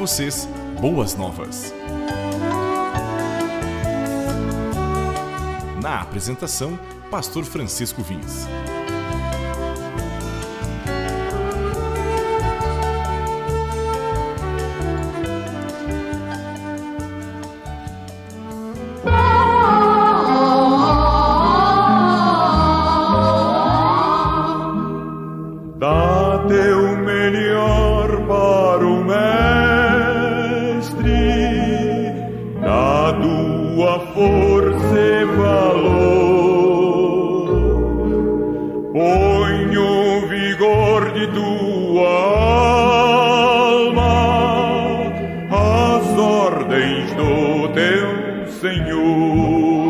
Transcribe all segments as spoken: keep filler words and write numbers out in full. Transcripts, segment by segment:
vocês boas novas. Na apresentação, Pastor Francisco Vins. Dá teu melhor para o Mestre, na tua força e valor. Põe o vigor de tua alma às ordens do teu Senhor.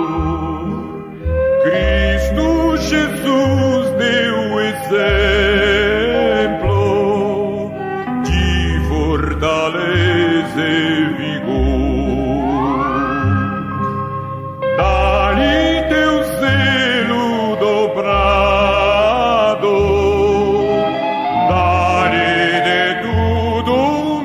Cristo Jesus deu exemplo de fortaleza e vigor. Dá-lhe teu zelo dobrado, dá-lhe de tudo o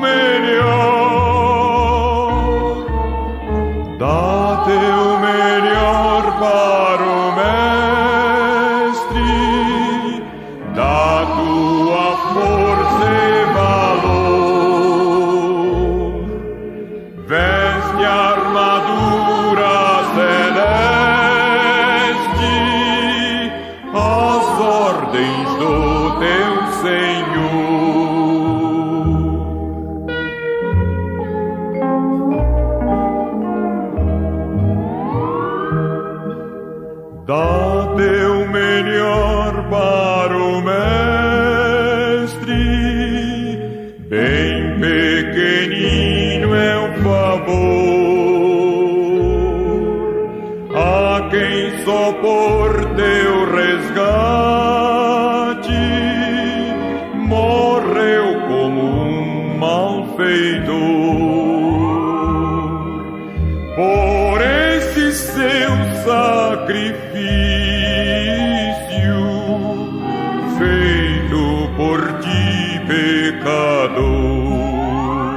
melhor. Dá teu melhor para o Mestre, da tua força e valor. Veste a armadura celeste, as ordens do teu Senhor. Dá teu melhor para o Mestre, bem pequenino é o favor, a quem só por teu resgate morreu como um malfeitor. Por esse seu sacrifício feito por ti, pecador,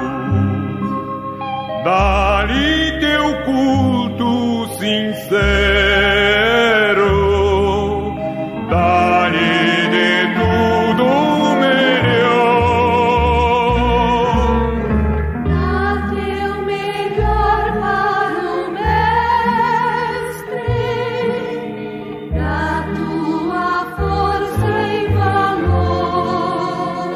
dá-lhe teu culto sincero, dá-lhe de tudo o melhor. Dá teu melhor para o Mestre, da tua força e valor.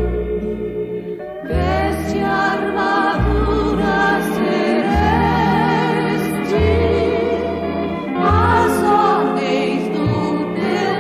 Veste a armadura celeste, as ordens do teu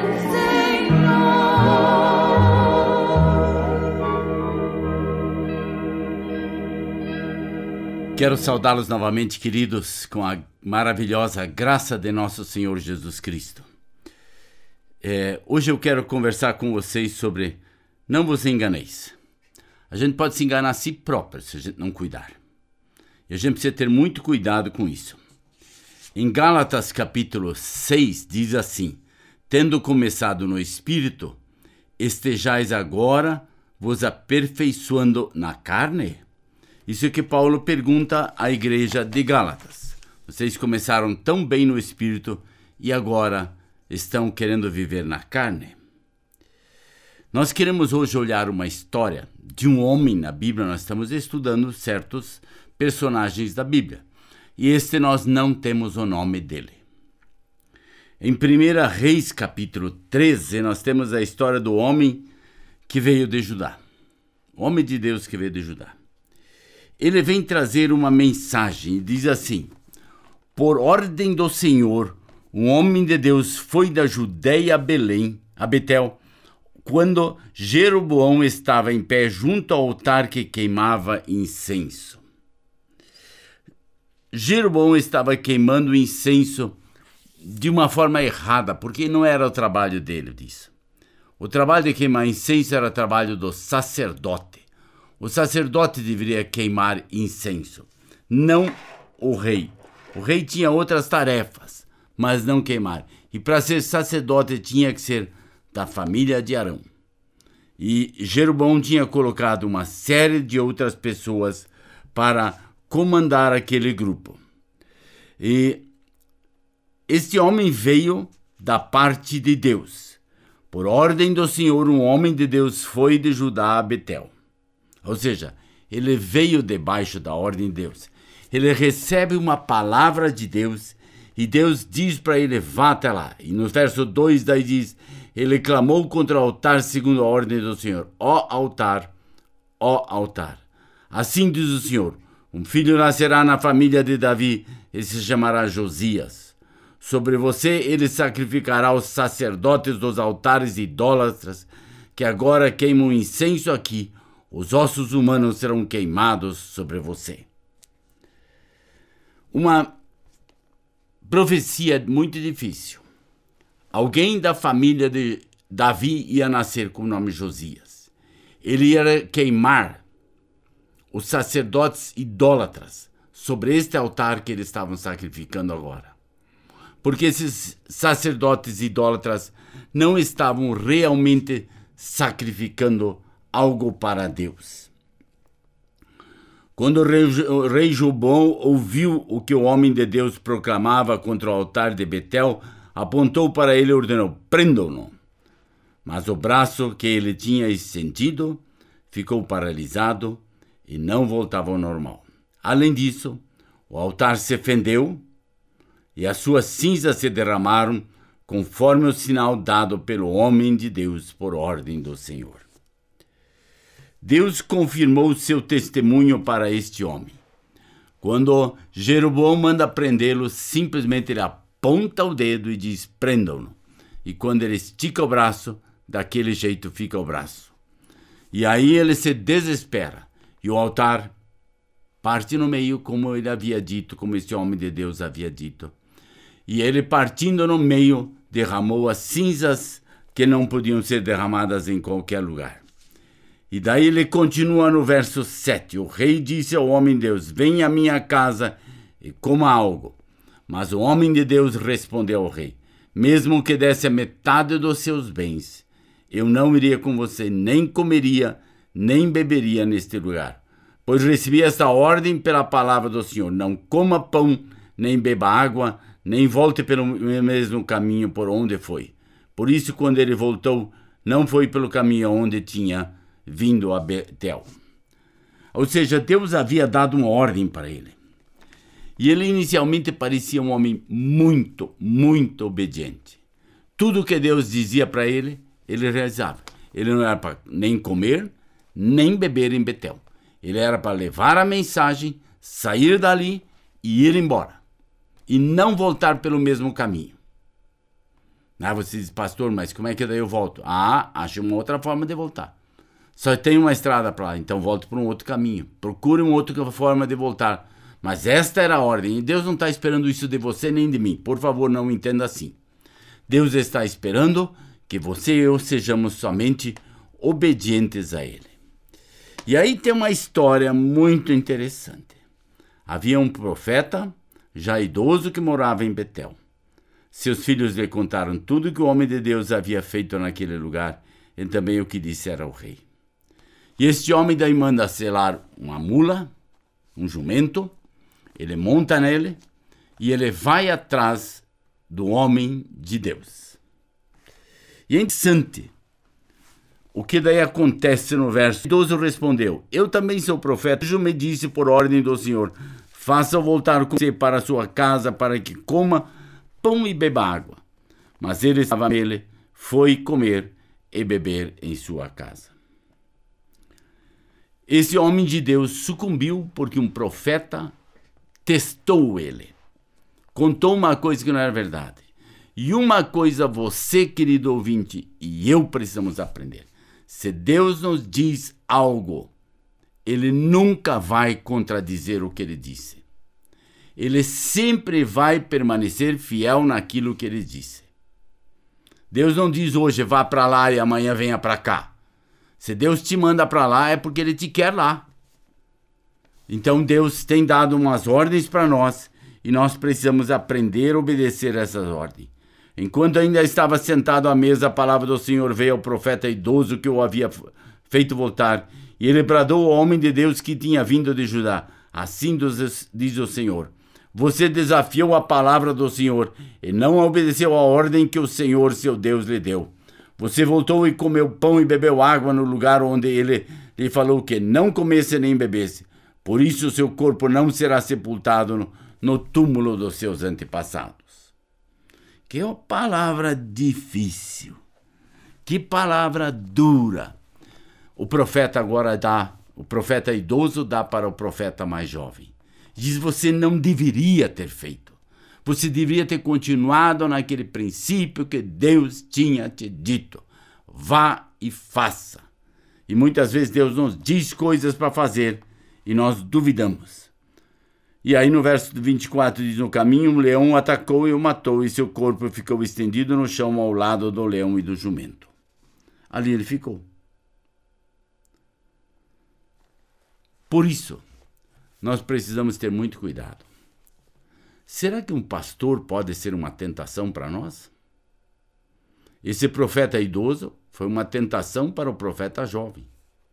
Senhor. Quero saudá-los novamente, queridos, com a maravilhosa graça de nosso Senhor Jesus Cristo. É, hoje eu quero conversar com vocês sobre não vos enganeis. A gente pode se enganar a si próprio se a gente não cuidar. E a gente precisa ter muito cuidado com isso. Em Gálatas capítulo seis diz assim: tendo começado no Espírito, estejais agora vos aperfeiçoando na carne? Isso é que Paulo pergunta à igreja de Gálatas. Vocês começaram tão bem no Espírito e agora estão querendo viver na carne? Nós queremos hoje olhar uma história de um homem na Bíblia. Nós estamos estudando certos personagens da Bíblia. E este nós não temos o nome dele. Em primeira Reis capítulo treze, nós temos a história do homem que veio de Judá. O homem de Deus que veio de Judá. Ele vem trazer uma mensagem e diz assim: por ordem do Senhor, um homem de Deus foi da Judeia a Belém, a Betel, quando Jeroboão estava em pé junto ao altar que queimava incenso. Jeroboão estava queimando incenso de uma forma errada, porque não era o trabalho dele disso. O trabalho de queimar incenso era o trabalho do sacerdote. O sacerdote deveria queimar incenso, não o rei. O rei tinha outras tarefas, mas não queimar. E para ser sacerdote tinha que ser da família de Arão. E Jeroboão tinha colocado uma série de outras pessoas para comandar aquele grupo. E este homem veio da parte de Deus. Por ordem do Senhor, um homem de Deus foi de Judá a Betel. Ou seja, ele veio debaixo da ordem de Deus. Ele recebe uma palavra de Deus e Deus diz para ele, vá até lá. E no verso dois daí diz, ele clamou contra o altar segundo a ordem do Senhor. Ó altar, ó altar. Assim diz o Senhor, um filho nascerá na família de Davi e se chamará Josias. Sobre você ele sacrificará os sacerdotes dos altares idólatras, que agora queimam incenso aqui. Os ossos humanos serão queimados sobre você. Uma profecia muito difícil. Alguém da família de Davi ia nascer com o nome Josias. Ele ia queimar os sacerdotes idólatras sobre este altar que eles estavam sacrificando agora. Porque esses sacerdotes idólatras não estavam realmente sacrificando algo para Deus. Quando o rei, o rei Jeroboão ouviu o que o homem de Deus proclamava contra o altar de Betel, apontou para ele e ordenou, prendam-no. Mas o braço que ele tinha sentido ficou paralisado e não voltava ao normal. Além disso, o altar se fendeu e as suas cinzas se derramaram conforme o sinal dado pelo homem de Deus por ordem do Senhor. Deus confirmou seu testemunho para este homem. Quando Jeroboão manda prendê-lo, simplesmente ele aponta o dedo e diz, prendam-no. E quando ele estica o braço, daquele jeito fica o braço. E aí ele se desespera. E o altar parte no meio, como ele havia dito, como este homem de Deus havia dito. E ele, partindo no meio, derramou as cinzas que não podiam ser derramadas em qualquer lugar. E daí ele continua no verso sete. O rei disse ao homem de Deus, venha à minha casa e coma algo. Mas o homem de Deus respondeu ao rei, mesmo que desse a metade dos seus bens, eu não iria com você, nem comeria, nem beberia neste lugar. Pois recebi esta ordem pela palavra do Senhor, não coma pão, nem beba água, nem volte pelo mesmo caminho por onde foi. Por isso, quando ele voltou, não foi pelo caminho onde tinha vindo a Betel. Ou seja, Deus havia dado uma ordem para ele. E ele inicialmente parecia um homem muito, muito obediente. Tudo que Deus dizia para ele, ele realizava. Ele não era para nem comer, nem beber em Betel. Ele era para levar a mensagem, sair dali e ir embora. E não voltar pelo mesmo caminho. Ah, você diz, pastor, mas como é que daí eu volto? Ah, acho uma outra forma de voltar. Só tem uma estrada para lá, então volte por um outro caminho. Procure uma outra forma de voltar. Mas esta era a ordem, e Deus não está esperando isso de você nem de mim. Por favor, não entenda assim. Deus está esperando que você e eu sejamos somente obedientes a Ele. E aí tem uma história muito interessante. Havia um profeta, já idoso, que morava em Betel. Seus filhos lhe contaram tudo que o homem de Deus havia feito naquele lugar, e também o que dissera ao rei. E este homem daí manda selar uma mula, um jumento, ele monta nele e ele vai atrás do homem de Deus. E é interessante o que daí acontece no verso. O idoso respondeu, eu também sou profeta, o me disse por ordem do Senhor, faça-o voltar com você para a sua casa para que coma pão e beba água. Mas ele estava nele, foi comer e beber em sua casa. Esse homem de Deus sucumbiu porque um profeta testou ele. Contou uma coisa que não era verdade. E uma coisa você, querido ouvinte, e eu precisamos aprender. Se Deus nos diz algo, Ele nunca vai contradizer o que Ele disse. Ele sempre vai permanecer fiel naquilo que Ele disse. Deus não diz hoje vá para lá e amanhã venha para cá. Se Deus te manda para lá, é porque Ele te quer lá. Então Deus tem dado umas ordens para nós e nós precisamos aprender a obedecer essas ordens. Enquanto ainda estava sentado à mesa, a palavra do Senhor veio ao profeta idoso que o havia feito voltar, e ele bradou ao homem de Deus que tinha vindo de Judá: assim diz o Senhor, você desafiou a palavra do Senhor e não obedeceu à ordem que o Senhor, seu Deus, lhe deu. Você voltou e comeu pão e bebeu água no lugar onde ele lhe falou que não comesse nem bebesse. Por isso seu corpo não será sepultado no, no túmulo dos seus antepassados. Que palavra difícil. Que palavra dura. O profeta agora dá, o profeta idoso dá para o profeta mais jovem. Diz: você não deveria ter feito. Você deveria ter continuado naquele princípio que Deus tinha te dito. Vá e faça. E muitas vezes Deus nos diz coisas para fazer e nós duvidamos. E aí no verso vinte e quatro diz: no caminho um leão o atacou e o matou, e seu corpo ficou estendido no chão ao lado do leão e do jumento. Ali ele ficou. Por isso, nós precisamos ter muito cuidado. Será que um pastor pode ser uma tentação para nós? Esse profeta idoso foi uma tentação para o profeta jovem.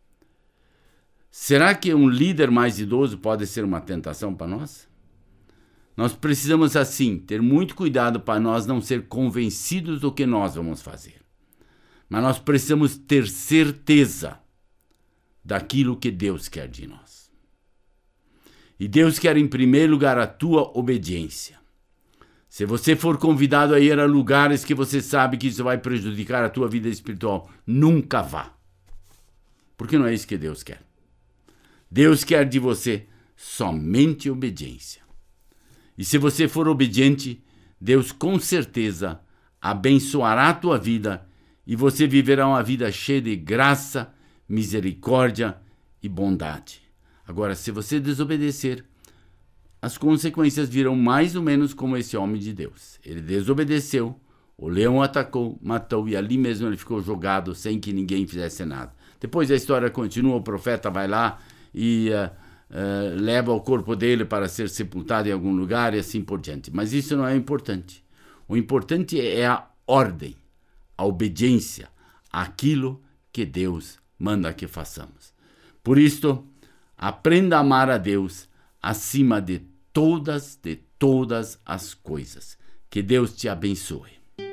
Será que um líder mais idoso pode ser uma tentação para nós? Nós precisamos, assim, ter muito cuidado para nós não ser convencidos do que nós vamos fazer. Mas nós precisamos ter certeza daquilo que Deus quer de nós. E Deus quer, em primeiro lugar, a tua obediência. Se você for convidado a ir a lugares que você sabe que isso vai prejudicar a tua vida espiritual, nunca vá. Porque não é isso que Deus quer. Deus quer de você somente obediência. E se você for obediente, Deus com certeza abençoará a tua vida e você viverá uma vida cheia de graça, misericórdia e bondade. Agora, se você desobedecer, as consequências virão mais ou menos como esse homem de Deus. Ele desobedeceu, o leão atacou, matou e ali mesmo ele ficou jogado sem que ninguém fizesse nada. Depois a história continua, o profeta vai lá e uh, uh, leva o corpo dele para ser sepultado em algum lugar e assim por diante. Mas isso não é importante. O importante é a ordem, a obediência, aquilo que Deus manda que façamos. Por isto, aprenda a amar a Deus acima de todas, de todas as coisas. Que Deus te abençoe.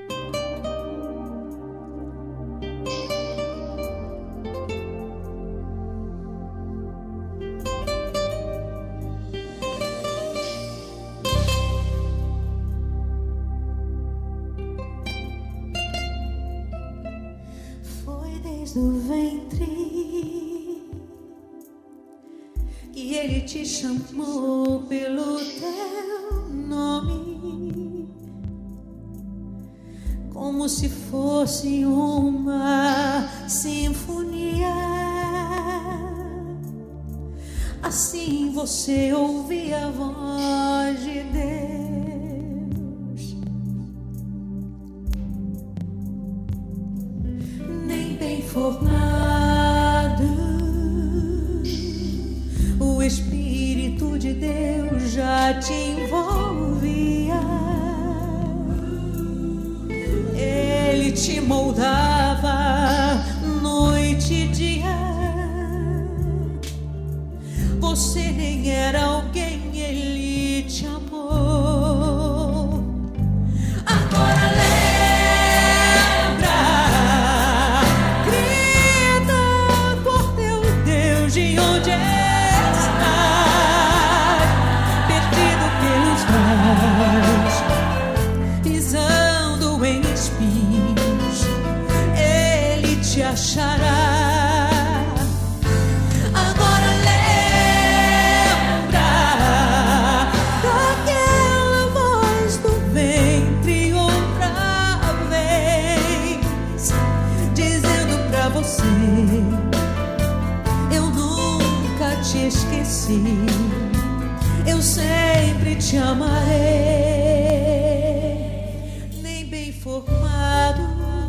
Foi desde o ventre que ele te chamou pelo teu nome, como se fosse uma sinfonia. Assim você ouvia a voz de Deus, nem bem formado o Espírito de Deus já te envolvia. Ele te moldava noite e dia. Você nem era alguém, ele te amou. Agora lembra, grita por teu Deus de onde estás, perdido pelos mares, pisando em espinhos, ele te achará. Eu nunca te esqueci, eu sempre te amarei. Nem bem formado,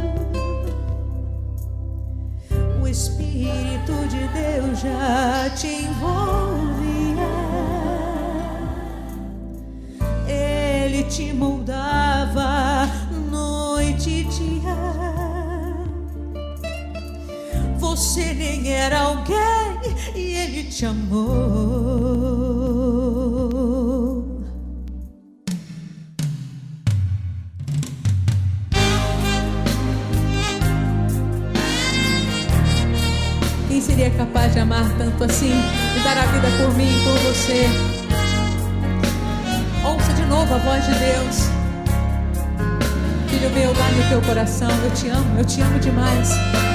o Espírito de Deus já te envolvia. Ele te moldava no Você nem era alguém e Ele te amou. Quem seria capaz de amar tanto assim, de dar a vida por mim e por você? Ouça de novo a voz de Deus. Filho meu, dá-me o teu coração. Eu te amo, eu te amo demais.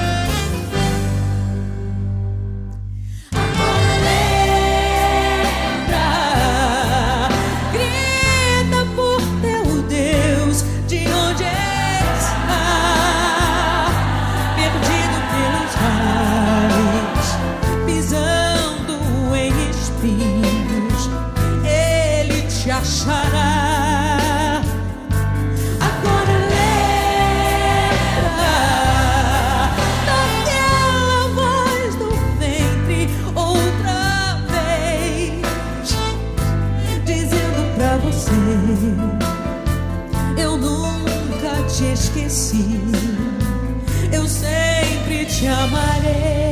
Achará. Agora lembra daquela voz do ventre outra vez, dizendo pra você: eu nunca te esqueci, eu sempre te amarei.